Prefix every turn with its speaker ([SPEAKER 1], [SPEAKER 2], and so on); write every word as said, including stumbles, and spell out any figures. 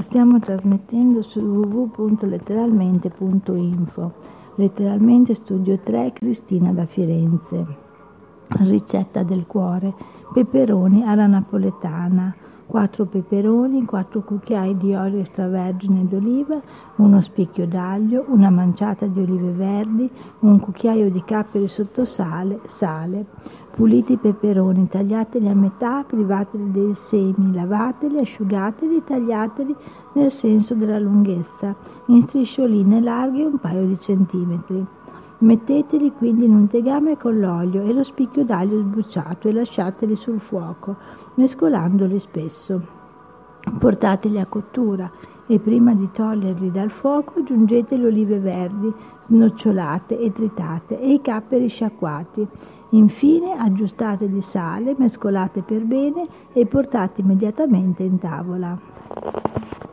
[SPEAKER 1] Stiamo trasmettendo su w w w punto letteralmente punto info. Letteralmente Studio tre, Cristina da Firenze. Ricetta del cuore: peperoni alla napoletana. quattro peperoni, quattro cucchiai di olio extravergine d'oliva, uno spicchio d'aglio, una manciata di olive verdi, un cucchiaio di capperi sottosale, sale. Puliti i peperoni, tagliateli a metà, privateli dei semi, lavateli, asciugateli, tagliateli nel senso della lunghezza, in striscioline larghe un paio di centimetri. Metteteli quindi in un tegame con l'olio e lo spicchio d'aglio sbucciato e lasciateli sul fuoco, mescolandoli spesso. Portateli a cottura e prima di toglierli dal fuoco aggiungete le olive verdi snocciolate e tritate e i capperi sciacquati. Infine aggiustate di sale, mescolate per bene e portate immediatamente in tavola.